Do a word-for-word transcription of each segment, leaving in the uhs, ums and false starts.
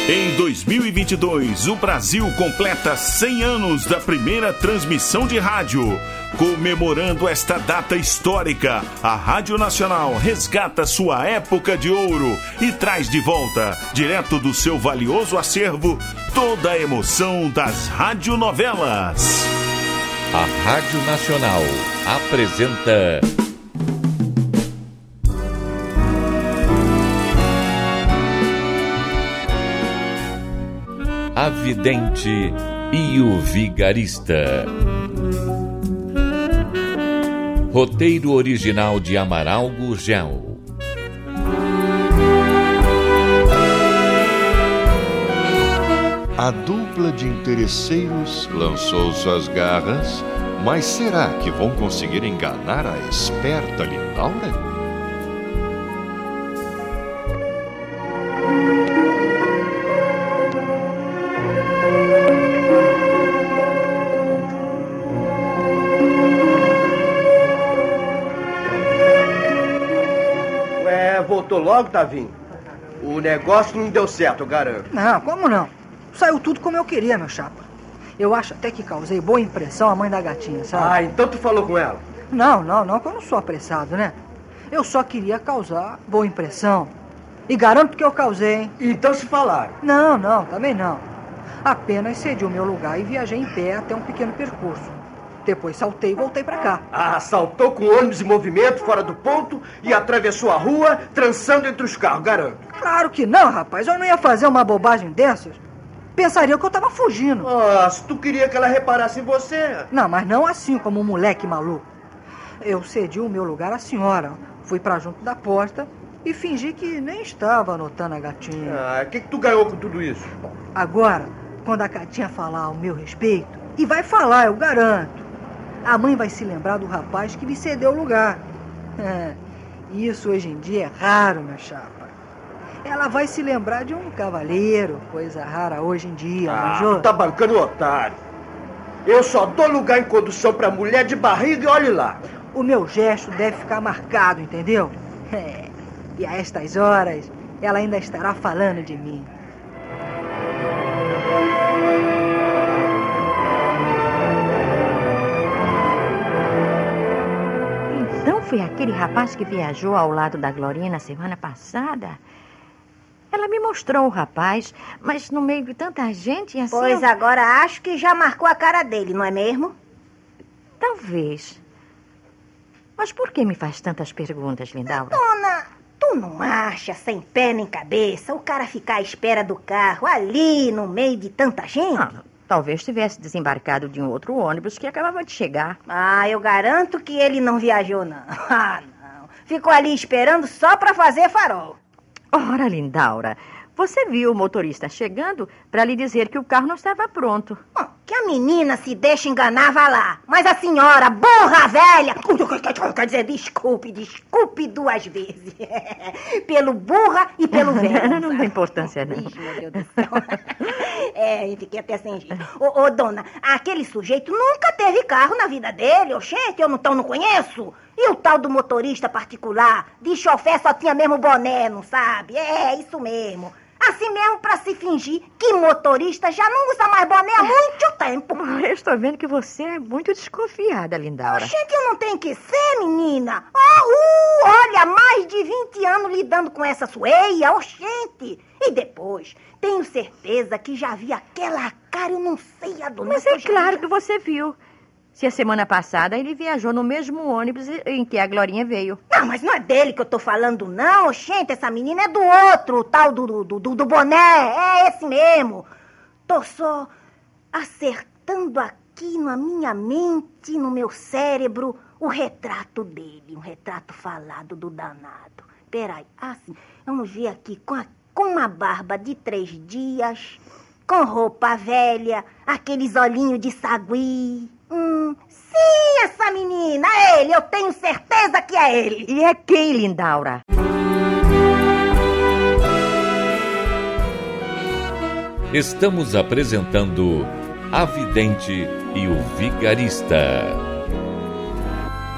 Em dois mil e vinte e dois, o Brasil completa cem anos da primeira transmissão de rádio. Comemorando esta data histórica, a Rádio Nacional resgata sua época de ouro e traz de volta, direto do seu valioso acervo, toda a emoção das radionovelas. A Rádio Nacional apresenta A Vidente e o Vigarista. Roteiro original de Amaral Gurgel. A dupla de interesseiros lançou suas garras, mas será que vão conseguir enganar a esperta Lindaura? Voltou logo, Tavinho? O negócio não deu certo, eu garanto. Não, como não? Saiu tudo como eu queria, meu chapa. Eu acho até que causei boa impressão à mãe da gatinha, sabe? Ah, então tu falou com ela? Não, não, não, que eu não sou apressado, né? Eu só queria causar boa impressão. E garanto que eu causei, hein? Então se falaram? Não, não, também não. Apenas cedi o meu lugar e viajei em pé até um pequeno percurso. Depois saltei e voltei pra cá. Ah, saltou com ônibus em movimento, fora do ponto, e atravessou a rua, trançando entre os carros, garanto. Claro que não, rapaz. Eu não ia fazer uma bobagem dessas. Pensaria que eu tava fugindo. Ah, se tu queria que ela reparasse em você. Não, mas não assim como um moleque maluco. Eu cedi o meu lugar à senhora. Fui pra junto da porta e fingi que nem estava anotando a gatinha. Ah, o que que tu ganhou com tudo isso? Bom, agora, quando a gatinha falar ao meu respeito, e vai falar, eu garanto, a mãe vai se lembrar do rapaz que lhe cedeu o lugar. É, isso hoje em dia é raro, minha chapa. Ela vai se lembrar de um cavaleiro, coisa rara hoje em dia, ah, manjou? Tá bancando o otário. Eu só dou lugar em condução pra mulher de barriga e olhe lá. O meu gesto deve ficar marcado, entendeu? É, e a estas horas, ela ainda estará falando de mim. Então foi aquele rapaz que viajou ao lado da Glorinha na semana passada? Ela me mostrou o rapaz, mas no meio de tanta gente assim... Pois eu... agora acho que já marcou a cara dele, não é mesmo? Talvez. Mas por que me faz tantas perguntas, Lindaura? Dona, tu não acha, sem pé nem cabeça, o cara ficar à espera do carro ali no meio de tanta gente? Ah, talvez tivesse desembarcado de um outro ônibus que acabava de chegar. Ah, eu garanto que ele não viajou, não. Ah, não. Ficou ali esperando só pra fazer farol. Ora, Lindaura, você viu o motorista chegando para lhe dizer que o carro não estava pronto. Bom, que a menina se deixa enganar, vá lá. Mas a senhora, burra velha... Quer dizer, desculpe, desculpe duas vezes. Pelo burra e pelo velho. Não, não tem importância, não. Ixi, meu Deus do céu. É, eu fiquei até sem jeito. Ô, ô, dona, aquele sujeito nunca teve carro na vida dele. Oxente, eu não, tão, não conheço. E o tal do motorista particular, de chofé só tinha mesmo boné, não sabe? É, isso mesmo. Assim mesmo pra se fingir que motorista já não usa mais boné há muito tempo. Eu estou vendo que você é muito desconfiada, Lindaura. Gente, eu não tenho que ser, menina. Oh, uh, olha, mais de vinte anos lidando com essa sueia, oxente. E depois, tenho certeza que já vi aquela cara, eu não sei a dona. Mas é claro que você viu. Se a semana passada ele viajou no mesmo ônibus em que a Glorinha veio. Não, mas não é dele que eu tô falando, não. Gente, essa menina é do outro, o tal do, do, do, do boné. É esse mesmo. Tô só acertando aqui na minha mente, no meu cérebro, o retrato dele. Um retrato falado do danado. Peraí, assim, vamos ver aqui, com, a, com uma barba de três dias, com roupa velha, aqueles olhinhos de sagui... Hum, sim, essa menina, é ele, eu tenho certeza que é ele. E é quem, Lindaura? Estamos apresentando A Vidente e o Vigarista.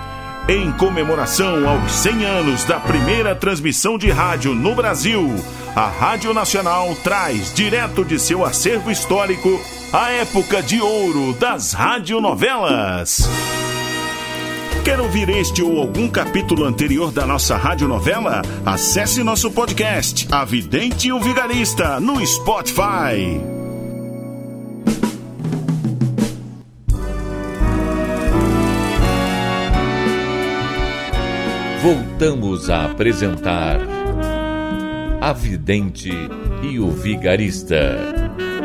Em comemoração aos cem anos da primeira transmissão de rádio no Brasil, a Rádio Nacional traz direto de seu acervo histórico a época de ouro das radionovelas. Quer ouvir este ou algum capítulo anterior da nossa radionovela? Acesse nosso podcast, A Vidente e o Vigarista, no Spotify. Voltamos a apresentar A Vidente e o Vigarista.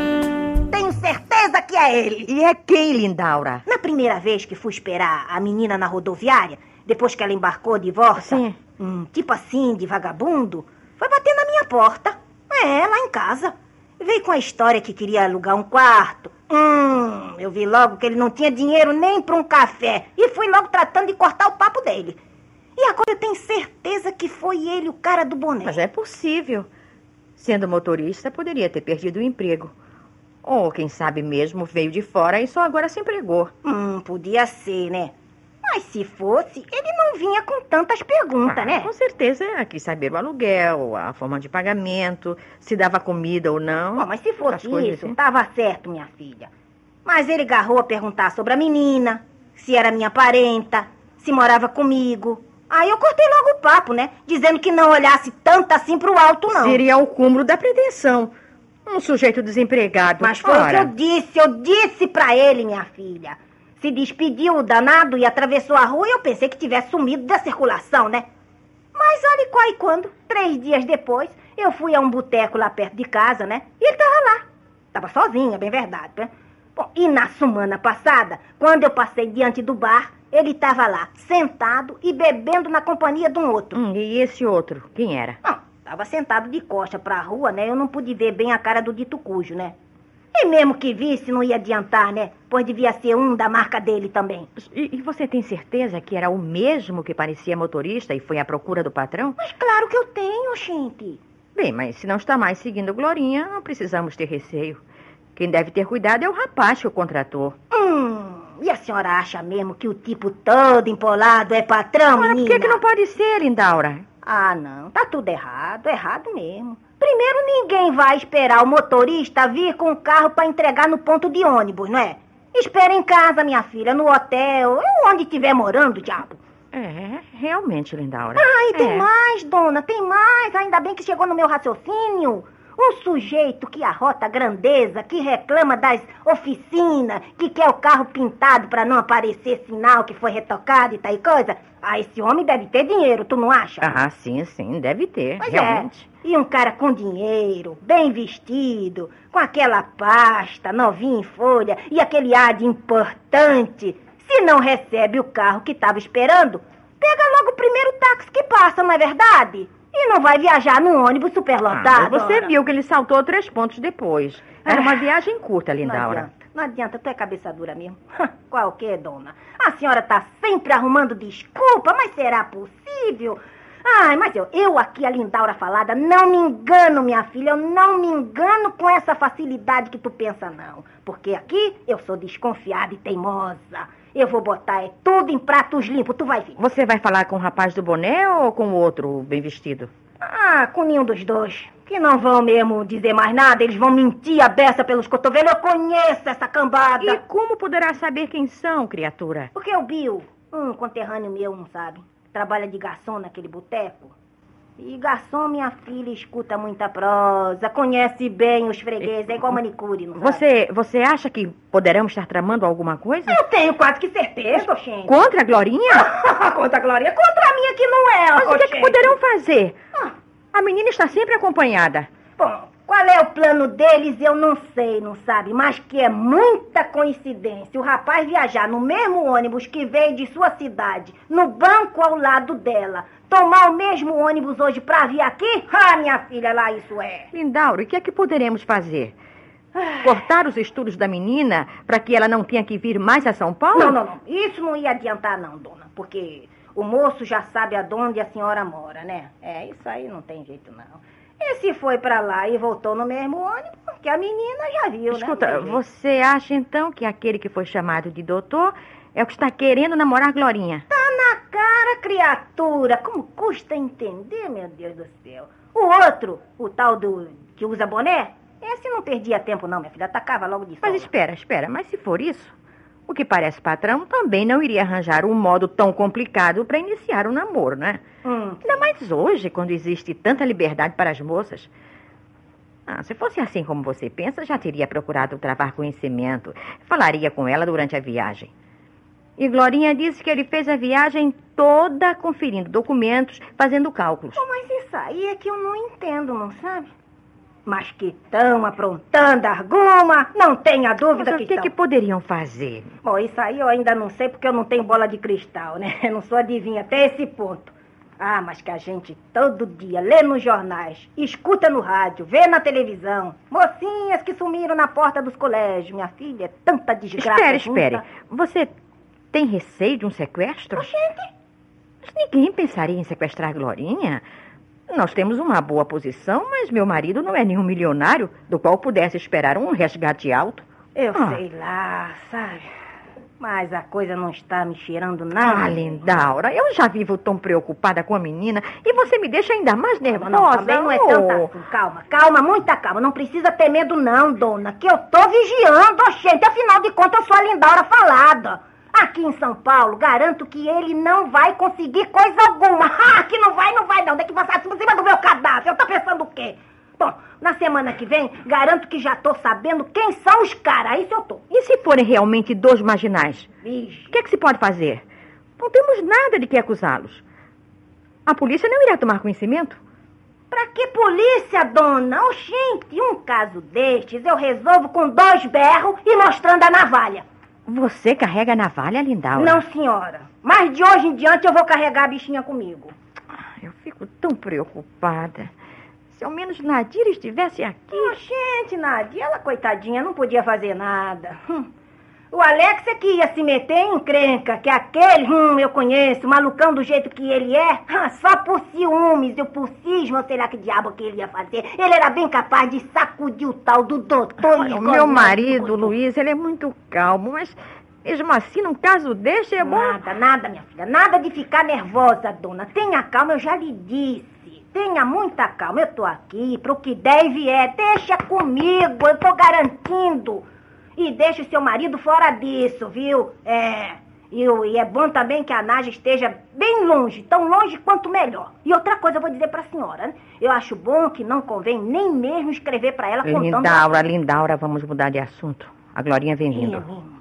Tenho certeza que é ele. E é quem, Lindaura? Na primeira vez que fui esperar a menina na rodoviária, depois que ela embarcou de volta, Sim. um tipo assim, de vagabundo, foi bater na minha porta. É, lá em casa. Veio com a história que queria alugar um quarto. Hum, eu vi logo que ele não tinha dinheiro nem para um café. E fui logo tratando de cortar o papo dele. E agora eu tenho certeza que foi ele o cara do boné. Mas é possível. Sendo motorista, poderia ter perdido o emprego. Ou, quem sabe mesmo, veio de fora e só agora se empregou. Hum, podia ser, né? Mas se fosse, ele não vinha com tantas perguntas, Ah, né? Com certeza, quis saber o aluguel, a forma de pagamento, se dava comida ou não. Bom, mas se fosse As coisas isso, assim. tava certo, minha filha. Mas ele garrou a perguntar sobre a menina, se era minha parenta, se morava comigo. Aí eu cortei logo o papo, né? Dizendo que não olhasse tanto assim pro alto, não. Seria o cúmulo da pretensão. Um sujeito desempregado. Mas foi o que Ora. eu disse, eu disse pra ele, minha filha. Se despediu o danado e atravessou a rua e eu pensei que tivesse sumido da circulação, né? Mas olha qual e quando, três dias depois, eu fui a um boteco lá perto de casa, né? E ele tava lá. Tava sozinho, é bem verdade, né? Bom, e na semana passada, quando eu passei diante do bar, ele tava lá, sentado e bebendo na companhia de um outro. Hum, e esse outro, quem era? Não, tava sentado de costa pra rua, né? Eu não pude ver bem a cara do dito cujo, né? E mesmo que visse, não ia adiantar, né? Pois devia ser um da marca dele também. E, e você tem certeza que era o mesmo que parecia motorista e foi à procura do patrão? Mas claro que eu tenho, gente. Bem, mas se não está mais seguindo Glorinha, não precisamos ter receio. Quem deve ter cuidado é o rapaz que o contratou. Hum, e a senhora acha mesmo que o tipo todo empolado é patrão, Ora, menina? por que, que não pode ser, Lindaura? Ah, não, tá tudo errado, errado mesmo. Primeiro, ninguém vai esperar o motorista vir com o carro para entregar no ponto de ônibus, não é? Espera em casa, minha filha, no hotel, ou onde estiver morando, diabo. É, realmente, Lindaura. Ah, e tem É. mais, dona, tem mais. Ainda bem que chegou no meu raciocínio. Um sujeito que arrota a grandeza, que reclama das oficinas, que quer o carro pintado para não aparecer sinal que foi retocado e tal e coisa. Ah, esse homem deve ter dinheiro, tu não acha? Ah, sim, sim, deve ter, Pois realmente. é. E um cara com dinheiro, bem vestido, com aquela pasta novinha em folha e aquele ar de importante, se não recebe o carro que estava esperando, pega logo o primeiro táxi que passa, não é verdade? E não vai viajar num ônibus superlotado. Ah, você ora. viu que ele saltou três pontos depois. Era uma viagem curta, Não Lindaura. adianta, não adianta, tu é cabeça dura mesmo. Qual que, dona? A senhora tá sempre arrumando desculpa, mas será possível? Ai, mas eu, eu aqui, a Lindaura falada, não me engano, minha filha, eu não me engano com essa facilidade que tu pensa, não. Porque aqui eu sou desconfiada e teimosa. Eu vou botar é tudo em pratos limpos, tu vai ver. Você vai falar com o rapaz do boné ou com o outro bem vestido? Ah, com nenhum dos dois. Que não vão mesmo dizer mais nada, eles vão mentir a beça pelos cotovelos. Eu conheço essa cambada. E como poderá saber quem são, criatura? Porque o Bill, um conterrâneo meu, não sabe, trabalha de garçom naquele boteco. E garçom, minha filha, escuta muita prosa, conhece bem os fregueses, é igual manicure, não sabe? Você, você acha que poderemos estar tramando alguma coisa? Eu tenho quase que certeza, gente. Contra a Glorinha? Contra a Glorinha, contra a minha que não é, Mas o que, é que gente. poderão fazer? Ah. A menina está sempre acompanhada. Bom, qual é o plano deles eu não sei, não sabe? Mas que é muita coincidência o rapaz viajar no mesmo ônibus que veio de sua cidade, no banco ao lado dela, tomar o mesmo ônibus hoje pra vir aqui? Ah, minha filha, lá isso é. Lindaura, o que é que poderemos fazer? Cortar os estudos da menina para que ela não tenha que vir mais a São Paulo? Não, não, não. Isso não ia adiantar não, dona, porque o moço já sabe aonde a senhora mora, né? É, isso aí não tem jeito não. E se foi pra lá e voltou no mesmo ônibus, que a menina já viu, Escuta, né? Não tem jeito. você acha então que aquele que foi chamado de doutor é o que está querendo namorar Glorinha? Tá na cara Ora, criatura, como custa entender, meu Deus do céu. O outro, o tal do que usa boné, esse não perdia tempo não, minha filha, atacava logo de sol. Mas espera, espera, mas se for isso, o que parece patrão também não iria arranjar um modo tão complicado para iniciar um namoro, né? Hum. Ainda mais hoje, quando existe tanta liberdade para as moças. Ah, se fosse assim como você pensa, já teria procurado travar conhecimento. Falaria com ela durante a viagem. E Glorinha disse que ele fez a viagem toda conferindo documentos, fazendo cálculos. Oh, mas isso aí é que eu não entendo, não sabe? Mas que estão aprontando alguma, não tenha dúvida Mas que o que, estão. que poderiam fazer? Bom, isso aí eu ainda não sei porque eu não tenho bola de cristal, né? Eu não sou adivinha até esse ponto. Ah, mas que a gente todo dia lê nos jornais, escuta no rádio, vê na televisão. Mocinhas que sumiram na porta dos colégios. Minha filha, é tanta desgraça. Espere, junta. espere. Você tem receio de um sequestro? Gente, Mas ninguém pensaria em sequestrar a Glorinha. Nós temos uma boa posição, mas meu marido não é nenhum milionário do qual pudesse esperar um resgate alto. eu Ah. sei lá, sabe? Mas a coisa não está me cheirando Ah, nada. Lindaura, eu já vivo tão preocupada com a menina e você me deixa ainda mais nervosa. Não, também não é tanta assim. Calma, calma, muita calma. Não precisa ter medo não, dona, que eu tô vigiando, gente. Afinal de contas, eu sou a Lindaura falada. Aqui em São Paulo, garanto que ele não vai conseguir coisa alguma. Ah, que não vai, não vai não. Tem que passar por cima do meu cadáver. Eu tô pensando o quê? Bom, na semana que vem, garanto que já tô sabendo quem são os caras. Isso eu tô. E se forem realmente dois marginais? Vixe. O que é que se pode fazer? Não temos nada de que acusá-los. A polícia não irá tomar conhecimento? Pra que polícia, dona? Oh, gente, um caso destes eu resolvo com dois berros e mostrando a navalha. Você carrega a navalha, Lindaura? Não, senhora. Mas de hoje em diante eu vou carregar a bichinha comigo. Eu fico tão preocupada. Se ao menos Nadira estivesse aqui... Oh, gente, Nadia, ela, coitadinha, não podia fazer nada. Hum. O Alex é que ia se meter em encrenca, que aquele, hum, eu conheço, malucão do jeito que ele é, ah, só por ciúmes e por cisma, sei lá que diabo que ele ia fazer. Ele era bem capaz de sacudir o tal do doutor. Olha, o meu marido, Luiz, ele é muito calmo, mas mesmo assim, num caso deste, é bom... Nada, nada, minha filha, nada de ficar nervosa, dona. Tenha calma, eu já lhe disse. Tenha muita calma, eu tô aqui pro que der e vier. Deixa comigo, eu tô garantindo. E deixa o seu marido fora disso, viu? É, e, o- e é bom também que a Nádia esteja bem longe, tão longe quanto melhor. E outra coisa eu vou dizer pra senhora, né? Eu acho bom que não convém nem mesmo escrever pra ela contando... Lindaura, Lindaura, vamos mudar de assunto. A Glorinha vem vindo. Sim,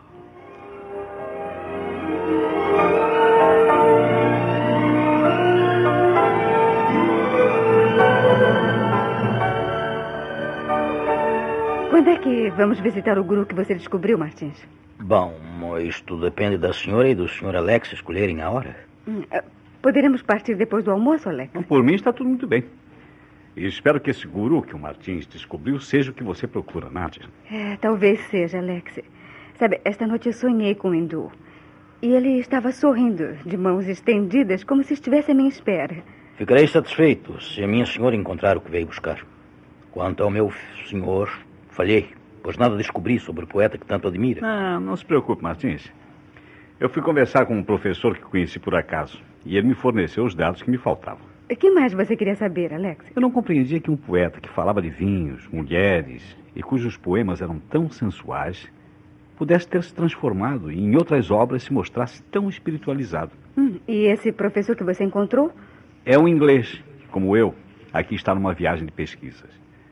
Quando é que vamos visitar o guru que você descobriu, Martins? Bom, isto depende da senhora e do senhor Alex escolherem a hora. Hum, eh, Poderemos partir depois do almoço, Alex? Por mim está tudo muito bem. E espero que esse guru que o Martins descobriu seja o que você procura, Nádia. É, talvez seja, Alex. Sabe, esta noite eu sonhei com o Hindu. E ele estava sorrindo, de mãos estendidas, como se estivesse à minha espera. Ficarei satisfeito se a minha senhora encontrar o que veio buscar. Quanto ao meu senhor, falhei, pois nada descobri sobre o poeta que tanto admira. Ah, não se preocupe, Martins. Eu fui conversar com um professor que conheci por acaso. E ele me forneceu os dados que me faltavam. O que mais você queria saber, Alex? Eu não compreendia que um poeta que falava de vinhos, mulheres e cujos poemas eram tão sensuais pudesse ter se transformado e em outras obras se mostrasse tão espiritualizado. Hum, e esse professor que você encontrou? É um inglês, que, como eu, aqui está numa viagem de pesquisas.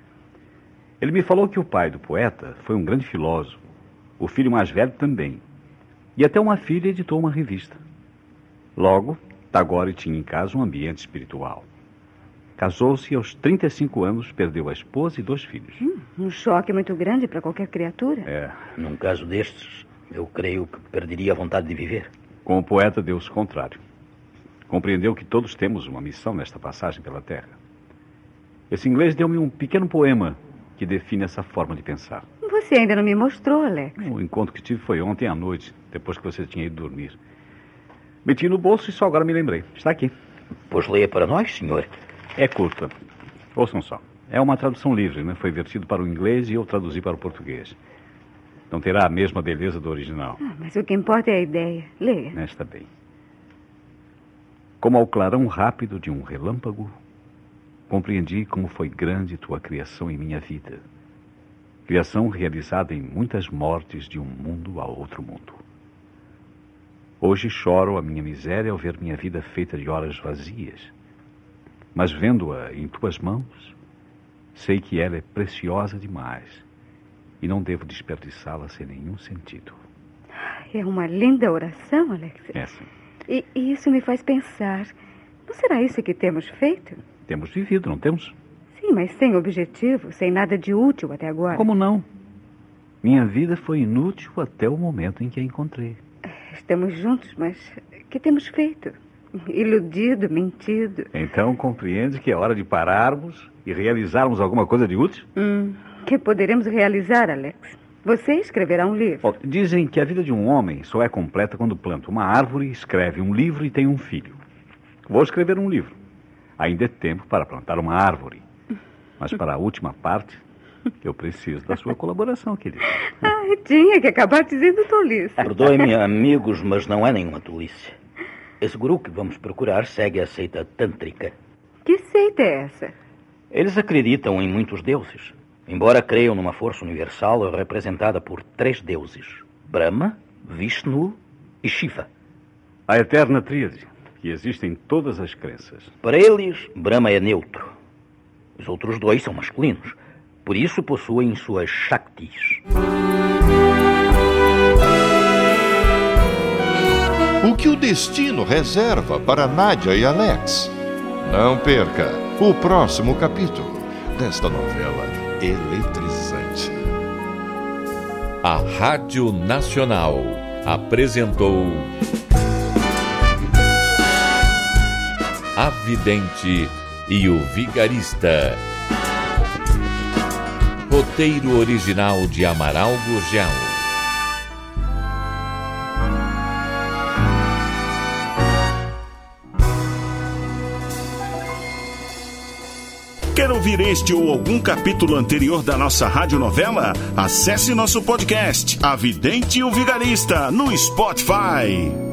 Ele me falou que o pai do poeta foi um grande filósofo, o filho mais velho também, e até uma filha editou uma revista. Logo, Tagore tinha em casa um ambiente espiritual. Casou-se e aos trinta e cinco anos perdeu a esposa e dois filhos. Hum, um choque muito grande para qualquer criatura. É, Num caso destes, eu creio que perderia a vontade de viver. com o poeta deu-se o contrário. Compreendeu que todos temos uma missão nesta passagem pela Terra. Esse inglês deu-me um pequeno poema que define essa forma de pensar. Você ainda não me mostrou, Alex. O encontro que tive foi ontem à noite, depois que você tinha ido dormir. Meti no bolso e só agora me lembrei. Está aqui. Pois leia para nós, senhor. É curta. Ouçam só. É uma tradução livre, né? Foi vertido para o inglês e eu traduzi para o português. Não terá a mesma beleza do original. Ah, mas o que importa é a ideia. Leia. Está bem. Como ao clarão rápido de um relâmpago, compreendi como foi grande tua criação em minha vida. Criação realizada em muitas mortes de um mundo a outro mundo. Hoje choro a minha miséria ao ver minha vida feita de horas vazias. Mas vendo-a em tuas mãos, sei que ela é preciosa demais e não devo desperdiçá-la sem nenhum sentido. É uma linda oração, Alex. É, sim. E, e isso me faz pensar, não será isso que temos feito? Temos vivido, não temos? Sim, mas sem objetivo, sem nada de útil até agora. Como não? Minha vida foi inútil até o momento em que a encontrei. Estamos juntos, mas o que temos feito? Iludido, mentido. Então compreende que é hora de pararmos e realizarmos alguma coisa de útil? Hum, que poderemos realizar, Alex? Você escreverá um livro. Oh, dizem que a vida de um homem só é completa quando planta uma árvore, escreve um livro e tem um filho. Vou escrever um livro. Ainda é tempo para plantar uma árvore. Mas para a última parte, eu preciso da sua colaboração, querido. Ai, tinha que acabar dizendo tolice. Perdoem-me, amigos, mas não é nenhuma tolice. Esse guru que vamos procurar segue a seita tântrica. Que seita é essa? Eles acreditam em muitos deuses, embora creiam numa força universal representada por três deuses: Brahma, Vishnu e Shiva. A eterna tríade, que existe em todas as crenças. Para eles, Brahma é neutro. Os outros dois são masculinos. Por isso possuem suas Shaktis. O que o destino reserva para Nádia e Alex? Não perca o próximo capítulo desta novela eletrizante. A Rádio Nacional apresentou A Vidente e o Vigarista. Roteiro original de Amaral Gurgel. Quer ouvir este ou algum capítulo anterior da nossa radionovela? Acesse nosso podcast, A Vidente e o Vigarista, no Spotify.